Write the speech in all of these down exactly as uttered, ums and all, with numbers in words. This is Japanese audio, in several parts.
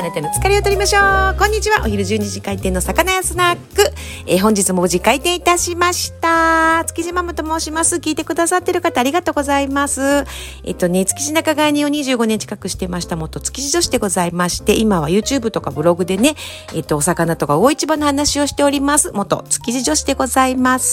なたの疲れを取りましょう。こんにちは。お昼じゅうにじ開店の魚屋スナック、えー、本日も無事開店いたしました。築地ママと申します。聞いてくださってる方ありがとうございます。えっとね築地仲買人をにじゅうごねん近くしてました元築地女子でございまして、今は YouTube とかブログでね、えっとお魚とか魚市場の話をしております元築地女子でございます。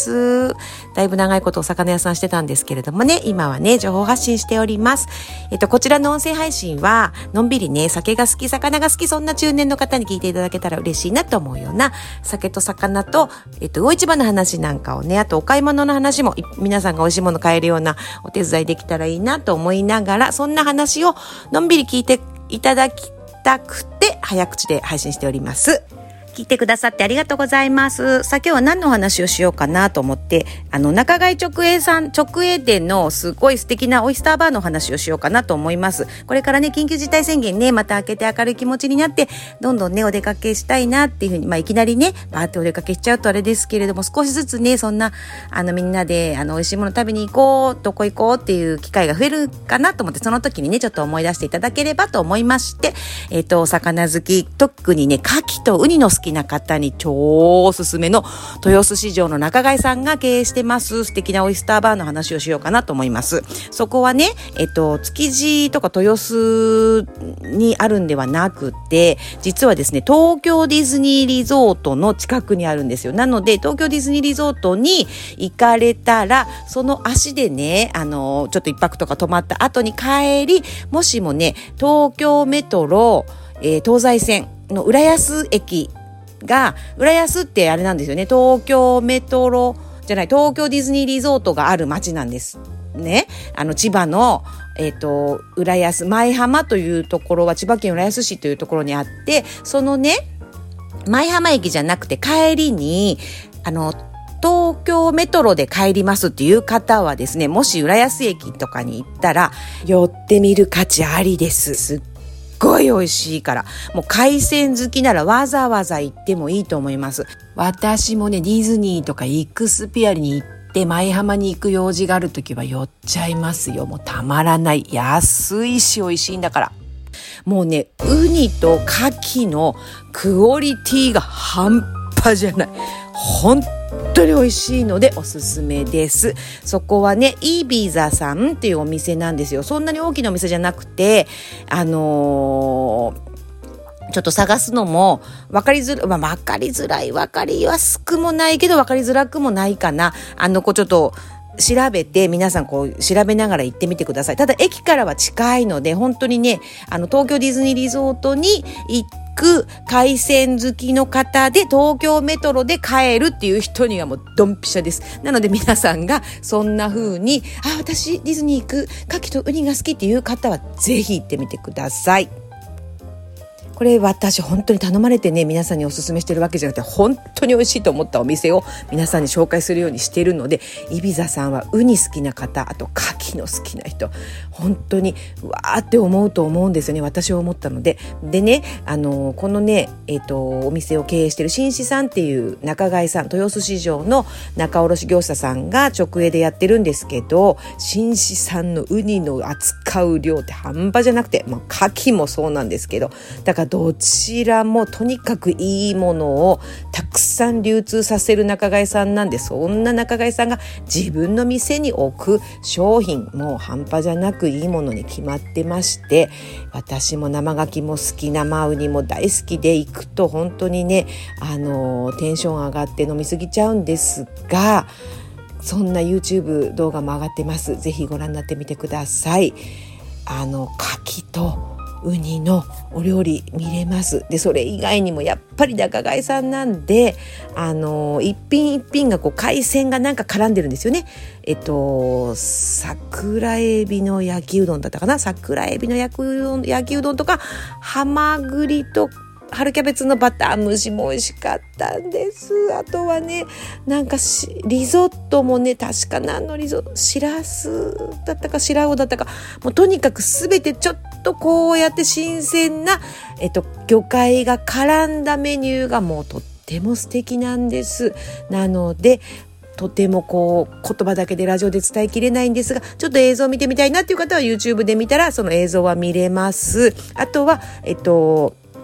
だいぶ長いことお魚屋さんしてたんですけれどもね、今はね情報発信しております。えっとこちらの音声配信はのんびりね、酒が好き魚が好き、そんな中年の方に聞いていただけたら嬉しいなと思うような、酒と魚と、えっと、魚市場の話なんかをね、あとお買い物の話も皆さんが美味しいもの買えるようなお手伝いできたらいいなと思いながら、そんな話をのんびり聞いていただきたくて早口で配信しております。聞いてくださってありがとうございます。さあ今日は何のお話をしようかなと思って、あの仲買直営さん直営店のすごい素敵なオイスターバーのお話をしようかなと思います。これからね緊急事態宣言ねまた開けて明るい気持ちになってどんどんねお出かけしたいなっていうふうに、まあいきなりねバーってお出かけしちゃうとあれですけれども、少しずつねそんなあのみんなであの美味しいもの食べに行こう、どこ行こうっていう機会が増えるかなと思って、その時にねちょっと思い出していただければと思いまして、えっとお魚好き、特にね牡蠣とウニの好きな方に超おすすめの豊洲市場の仲買さんが経営してます素敵なオイスターバーの話をしようかなと思います。そこはね、えっと築地とか豊洲にあるんではなくて、実はですね東京ディズニーリゾートの近くにあるんですよ。なので東京ディズニーリゾートに行かれたら、その足でねあのちょっと一泊とか泊まった後に帰り、もしもね東京メトロ、えー、東西線の浦安駅が、浦安ってあれなんですよね、東京メトロじゃない東京ディズニーリゾートがある街なんですね。あの千葉のえっと浦安舞浜というところは千葉県浦安市というところにあって、そのね舞浜駅じゃなくて帰りにあの東京メトロで帰りますっていう方はですね、もし浦安駅とかに行ったら寄ってみる価値ありです。すっごい美味しいから、もう海鮮好きならわざわざ行ってもいいと思います。私もねディズニーとかイクスピアリに行って舞浜に行く用事があるときは寄っちゃいますよ。もうたまらない、安いし美味しいんだから。もうねウニと牡蠣のクオリティが半端じゃない、本当に美味しいのでおすすめです。そこはねイビザさんっていうお店なんですよ。そんなに大きなお店じゃなくて、あのー、ちょっと探すのも分かりづらい、まあ、分かりづらい分かりやすくもないけど分かりづらくもないかな。あのこうちょっと調べて皆さんこう調べながら行ってみてください。ただ駅からは近いので本当にねあの東京ディズニーリゾートに行って海鮮好きの方で東京メトロで帰るっていう人にはもうドンピシャです。なので皆さんがそんな風にあ私ディズニー行く牡蠣とウニが好きっていう方はぜひ行ってみてください。これ私本当に頼まれてね皆さんにおすすめしてるわけじゃなくて、本当に美味しいと思ったお店を皆さんに紹介するようにしているので、イビザさんはウニ好きな方、あと牡蠣の好きな人本当にうわーって思うと思うんですよね。私は思ったので。でねあのこのねえっとお店を経営している紳士さんっていう仲買さん、豊洲市場の仲卸業者さんが直営でやってるんですけど、紳士さんのウニの扱う量って半端じゃなくて、まあ、牡蠣もそうなんですけど、だからどちらもとにかくいいものをたくさん流通させる仲買さんなんで、そんな仲買さんが自分の店に置く商品もう半端じゃなくいいものに決まってまして、私も生牡蠣も好き、生ウニも大好きで、行くと本当にねあのテンション上がって飲みすぎちゃうんですが、そんな YouTube 動画も上がってます。ぜひご覧になってみてください。あの牡蠣とウニのお料理見れます。でそれ以外にもやっぱり仲買さんなんで、あの一品一品がこう海鮮がなんか絡んでるんですよね。えっと桜エビの焼きうどんだったかな、桜エビの焼きうどん、焼きうどんとかハマグリと春キャベツのバター蒸しも美味しかったんです。あとはねなんかリゾットもね、確か何のリゾット、しらすだったか白魚だったか、もうとにかくすべてちょっとこうやって新鮮な、えっと、魚介が絡んだメニューがもうとっても素敵なんです。なのでとてもこう言葉だけでラジオで伝えきれないんですが、ちょっと映像を見てみたいなっていう方は YouTube で見たらその映像は見れます。あとはえっと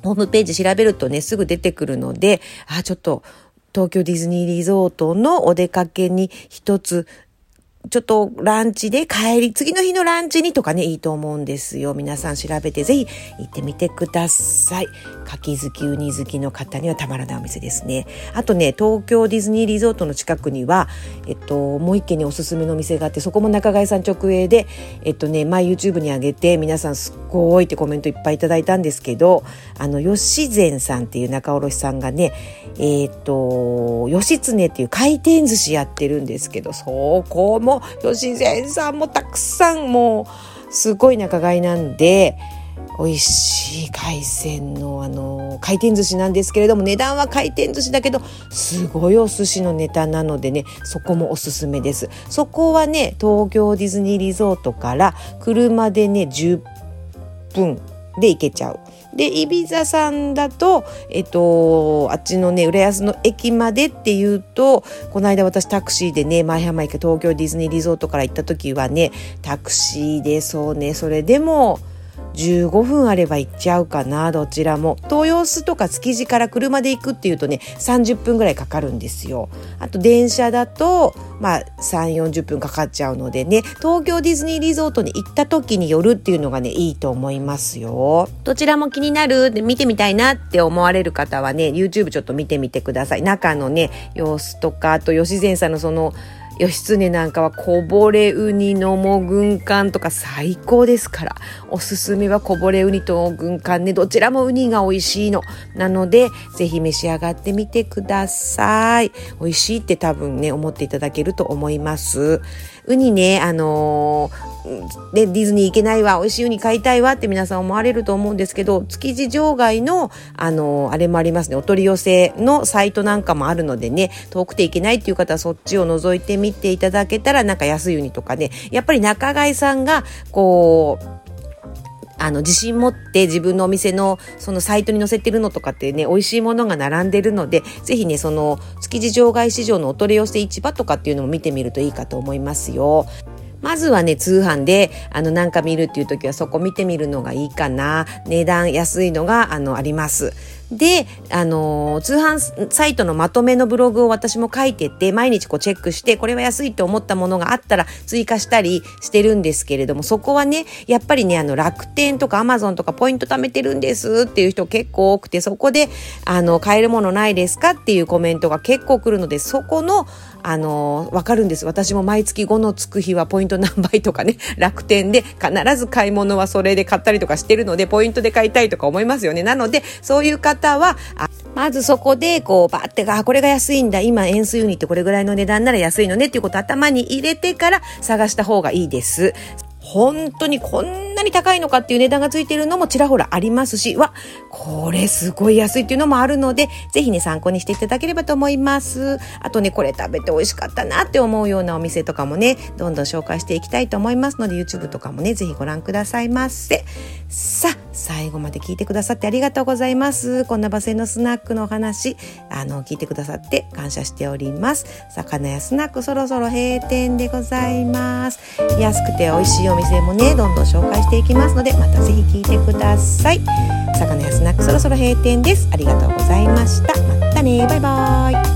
ホームページ調べるとね、すぐ出てくるので、あ、ちょっと東京ディズニーリゾートのお出かけに一つ、ちょっとランチで帰り、次の日のランチにとかね、いいと思うんですよ。皆さん調べてぜひ行ってみてください。牡蠣好き、ウニ好きの方にはたまらないお店ですね。あとね、東京ディズニーリゾートの近くには、えっと、もう一軒におすすめのお店があって、そこも中貝さん直営で、えっとね、前 YouTube に上げて、皆さんすっごいってコメントいっぱいいただいたんですけど、あの、吉善さんっていう仲卸さんがね、えっと、吉常っていう回転寿司やってるんですけど、そこも、吉善さんもたくさんもうすごい仲買なんで美味しい海鮮のあの回転寿司なんですけれども、値段は回転寿司だけどすごいお寿司のネタなのでね、そこもおすすめです。そこはね、東京ディズニーリゾートから車でねじゅっぷんで行けちゃう。で、イビザさんだと、えっと、あっちのね、浦安の駅までっていうと、この間私タクシーでね、舞浜駅東京ディズニーリゾートから行った時はね、タクシーでそうね、それでもじゅうごふんあれば行っちゃうかな、どちらも。東洋洲とか築地から車で行くっていうとね、さんじゅっぷんぐらいかかるんですよ。あと電車だと、まあさんじゅう、よんじゅっぷんかかっちゃうのでね、東京ディズニーリゾートに行った時に寄るっていうのがね、いいと思いますよ。どちらも気になる、で見てみたいなって思われる方はね、YouTube ちょっと見てみてください。中のね、様子とか、あと吉善さんのその、義経なんかはこぼれウニのも軍艦とか最高ですから、おすすめはこぼれウニと軍艦ね、どちらもウニが美味しいのなので、ぜひ召し上がってみてください。美味しいって多分ね、思っていただけると思います。ウニね、あのー、でディズニー行けないわ、美味しいウニ買いたいわって皆さん思われると思うんですけど、築地場外のあのー、あれもありますね、お取り寄せのサイトなんかもあるのでね、遠くて行けないっていう方はそっちを覗いてみていただけたら、なんか安いウニとかね、やっぱり仲買さんがこうあの自信持って自分のお店のそのサイトに載せてるのとかってね、美味しいものが並んでるので、ぜひね、その築地場外市場のお取り寄せ市場とかっていうのも見てみるといいかと思いますよ。まずはね、通販であのなんか見るっていう時はそこ見てみるのがいいかな。値段安いのがあのあります。で、あのー、通販サイトのまとめのブログを私も書いてて、毎日こうチェックして、これは安いと思ったものがあったら追加したりしてるんですけれども、そこはね、やっぱりね、あの楽天とかアマゾンとかポイント貯めてるんですっていう人結構多くて、そこであの買えるものないですかっていうコメントが結構来るので、そこのあのわかるんです。私も毎月ごのつく日はポイント何倍とかね、楽天で必ず買い物はそれで買ったりとかしてるので、ポイントで買いたいとか思いますよね。なのでそういう方はあまずそこでこうバーってあこれが安いんだ、今円錐ウニってこれぐらいの値段なら安いのねっていうことを頭に入れてから探した方がいいです。本当にこんなに高いのかっていう値段がついているのもちらほらありますし、わこれすごい安いっていうのもあるので、ぜひね参考にしていただければと思います。あとね、これ食べて美味しかったなって思うようなお店とかもね、どんどん紹介していきたいと思いますので、 YouTube とかもねぜひご覧くださいませ。さあ最後まで聞いてくださってありがとうございます。こんな場所のスナックのお話あの聞いてくださって感謝しております。魚屋スナックそろそろ閉店でございます。安くて美味しいお店もねどんどん紹介していきますので、またぜひ聞いてください。魚屋スナックそろそろ閉店です。ありがとうございました。またね、バイバイ。